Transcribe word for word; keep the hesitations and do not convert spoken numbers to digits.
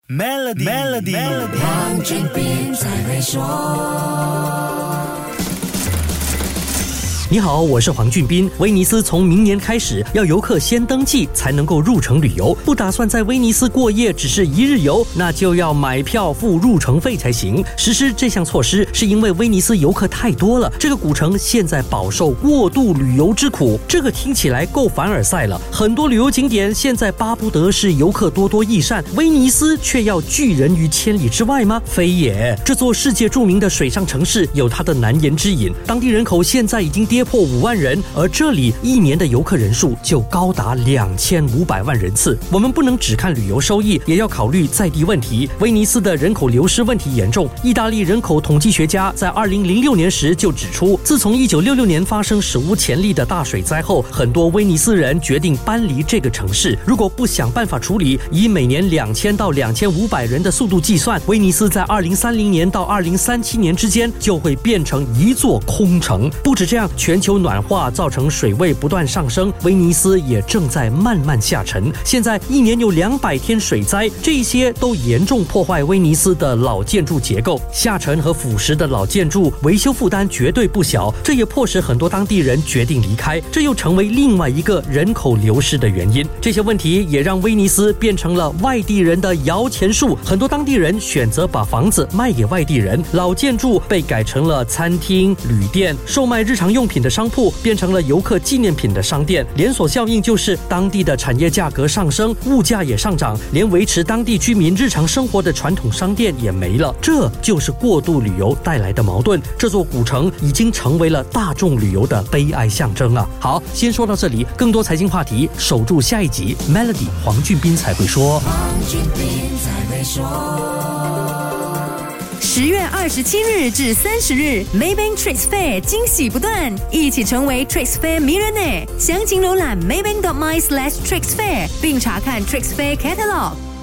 Melody Melody， 黄俊斌才会说。 你好，我是黄俊斌。威尼斯从明年开始要游客先登记才能够入城旅游，不打算在威尼斯过夜只是一日游，那就要买票付入城费才行。实施这项措施是因为威尼斯游客太多了，这个古城现在饱受过度旅游之苦。这个听起来够凡尔赛了，很多旅游景点现在巴不得是游客多多益善，威尼斯却要拒人于千里之外吗？非也，这座世界著名的水上城市有它的难言之隐，当地人口现在已经跌破五万人，而这里一年的游客人数就高达两千五百万人次。我们不能只看旅游收益，也要考虑在地问题。威尼斯的人口流失问题严重，意大利人口统计学家在二零零六年时就指出，自从一九六六年发生史无前例的大水灾后，很多威尼斯人决定搬离这个城市。如果不想办法处理，以每年两千到两千五百人的速度计算，威尼斯在二零三零年到二零三七年之间就会变成一座空城。不止这样，全球暖化造成水位不断上升，威尼斯也正在慢慢下沉。现在一年有两百天水灾，这些都严重破坏威尼斯的老建筑结构。下沉和腐蚀的老建筑维修负担绝对不小，这也迫使很多当地人决定离开，这又成为另外一个人口流失的原因。这些问题也让威尼斯变成了外地人的摇钱树，很多当地人选择把房子卖给外地人，老建筑被改成了餐厅、旅店，售卖日常用品的商铺变成了游客纪念品的商店，连锁效应就是当地的产业价格上升，物价也上涨，连维持当地居民日常生活的传统商店也没了。这就是过度旅游带来的矛盾。这座古城已经成为了大众旅游的悲哀象征啊！好，先说到这里，更多财经话题，守住下一集 Melody 黄俊斌才会说。 黄俊斌才会说。 十月二十七日至三十日 Maybank Trades Fair 惊喜不断，一起成为 Trades Fair 迷人呢！详情浏览 maybank dot my slash trades fair 并查看 Trades Fair catalog。